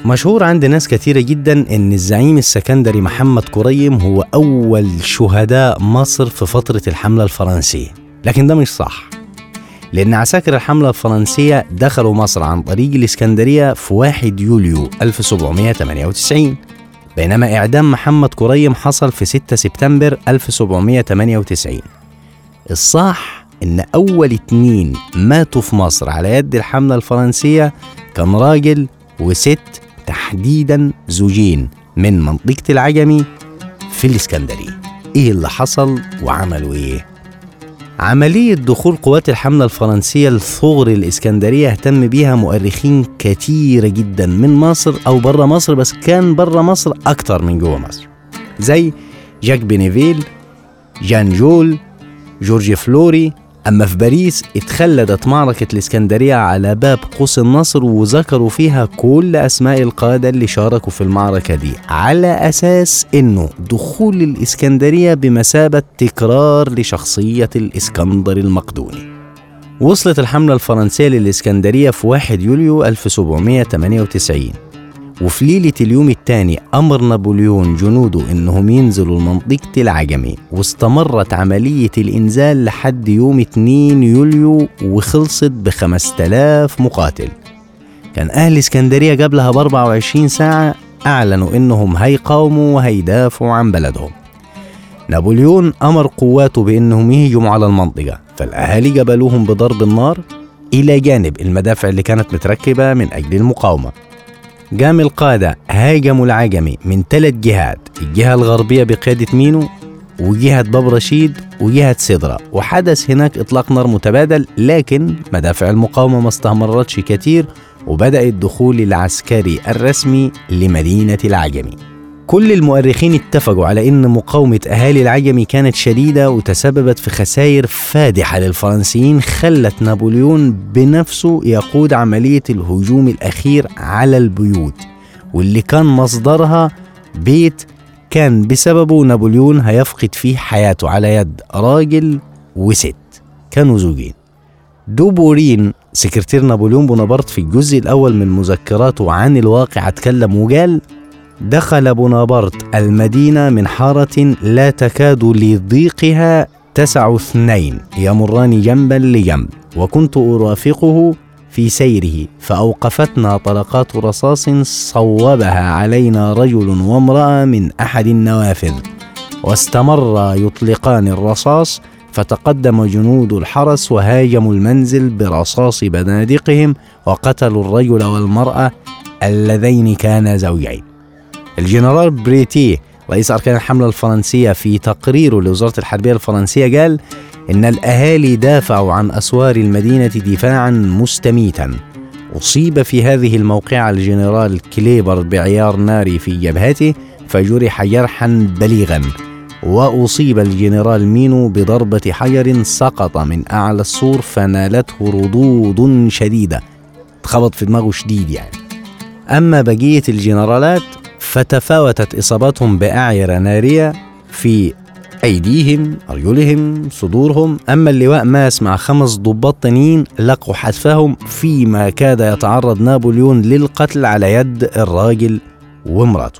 مشهور عند ناس كثيرة جدا إن الزعيم السكندري محمد كريم هو أول شهداء مصر في فترة الحملة الفرنسية، لكن ده مش صح، لأن عساكر الحملة الفرنسية دخلوا مصر عن طريق الإسكندرية في 1 يوليو 1798، بينما إعدام محمد كريم حصل في 6 سبتمبر 1798. الصح إن أول 2 ماتوا في مصر على يد الحملة الفرنسية كان راجل وست، تحديدا زوجين من منطقة العجمي في الإسكندرية. إيه اللي حصل وعملوا إيه؟ عملية دخول قوات الحملة الفرنسية لثغر الإسكندرية اهتم بيها مؤرخين كتيرة جدا من مصر أو برا مصر، بس كان برا مصر أكتر من جوا مصر، زي جاك بينيفيل، جان جول، جورج فلوري. أما في باريس اتخلدت معركة الإسكندرية على باب قوس النصر، وذكروا فيها كل أسماء القادة اللي شاركوا في المعركة دي، على أساس إنه دخول الإسكندرية بمثابة تكرار لشخصية الإسكندر المقدوني. وصلت الحملة الفرنسية للإسكندرية في 1 يوليو 1798، وفي ليلة اليوم الثاني أمر نابليون جنوده إنهم ينزلوا لمنطقة العجمي، واستمرت عملية الإنزال لحد يوم 2 يوليو وخلصت ب5000 مقاتل. كان أهل اسكندرية قبلها ب24 ساعة أعلنوا إنهم هيقاوموا وهيدافعوا عن بلدهم. نابليون أمر قواته بإنهم يهجموا على المنطقة، فالأهالي قبلوهم بضرب النار إلى جانب المدافع اللي كانت متركبة من أجل المقاومة. قام القادة هاجموا العجمي من 3 جهات، الجهة الغربية بقيادة مينو، وجهة باب رشيد، وجهة سدرة، وحدث هناك إطلاق نار متبادل، لكن مدافع المقاومة ما استمرتش كتير، وبدأ الدخول العسكري الرسمي لمدينة العجمي. كل المؤرخين اتفقوا على إن مقاومة أهالي العجمي كانت شديدة وتسببت في خسائر فادحة للفرنسيين، خلت نابليون بنفسه يقود عملية الهجوم الأخير على البيوت، واللي كان مصدرها بيت كان بسببه نابليون هيفقد فيه حياته على يد راجل وست كانوا زوجين. دوبورين سكرتير نابليون بونابرت في الجزء الأول من مذكراته عن الواقع اتكلم وقال: دخل بونابرت المدينة من حارة لا تكاد لضيقها تسع 2 يمران جنبا لجنب، وكنت أرافقه في سيره، فأوقفتنا طلقات رصاص صوبها علينا رجل وامرأة من أحد النوافذ، واستمر يطلقان الرصاص، فتقدم جنود الحرس وهاجموا المنزل برصاص بنادقهم، وقتلوا الرجل والمرأة اللذين كانا زوجين. الجنرال بريتيه رئيس أركان الحملة الفرنسية في تقريره لوزارة الحربية الفرنسية قال إن الأهالي دافعوا عن أسوار المدينة دفاعا مستميتا. أصيب في هذه الموقعة الجنرال كليبر بعيار ناري في جبهته فجرح جرحا بليغا، وأصيب الجنرال مينو بضربة حجر سقط من أعلى السور فنالته ردود شديدة، اتخبط في دماغه شديد يعني. أما بقية الجنرالات فتفاوتت إصاباتهم بأعير نارية في أيديهم، أرجلهم، صدورهم. أما اللواء ماس مع 5 ضباط تانيين لقوا حتفهم، فيما كاد يتعرض نابليون للقتل على يد الراجل ومراته.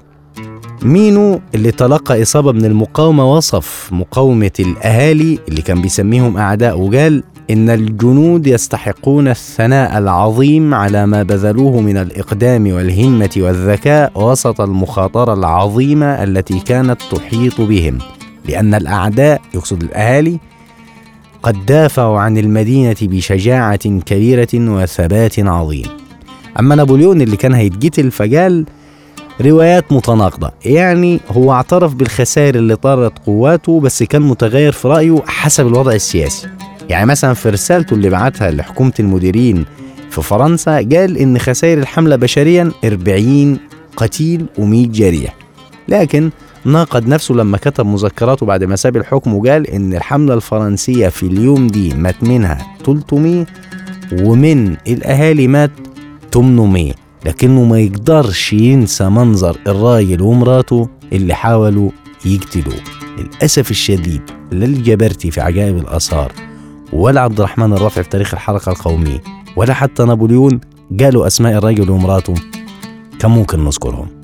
مينو اللي تلقى إصابة من المقاومة وصف مقاومة الأهالي اللي كان بيسميهم أعداء، وقال إن الجنود يستحقون الثناء العظيم على ما بذلوه من الإقدام والهمة والذكاء وسط المخاطرة العظيمة التي كانت تحيط بهم، لأن الأعداء يقصد الأهالي قد دافعوا عن المدينة بشجاعة كبيرة وثبات عظيم. أما نابليون اللي كان هيتقتل فقال روايات متناقضة، يعني هو اعترف بالخسائر اللي طارت قواته، بس كان متغير في رأيه حسب الوضع السياسي. يعني مثلا في رسالته اللي بعتها لحكومة المديرين في فرنسا قال إن خسائر الحملة بشريا 40 قتيل و100 جريح، لكن ناقض نفسه لما كتب مذكراته بعد ما ساب الحكم وقال إن الحملة الفرنسية في اليوم دي مات منها 300 ومن الأهالي مات 800، لكنه ما يقدرش ينسى منظر الراجل ومراته اللي حاولوا يقتلوه. للأسف الشديد لا الجبرتي في عجائب الآثار ولا عبد الرحمن الرافعي في تاريخ الحركة القومية ولا حتى نابليون قالوا أسماء الراجل ومراته كم ممكن نذكرهم؟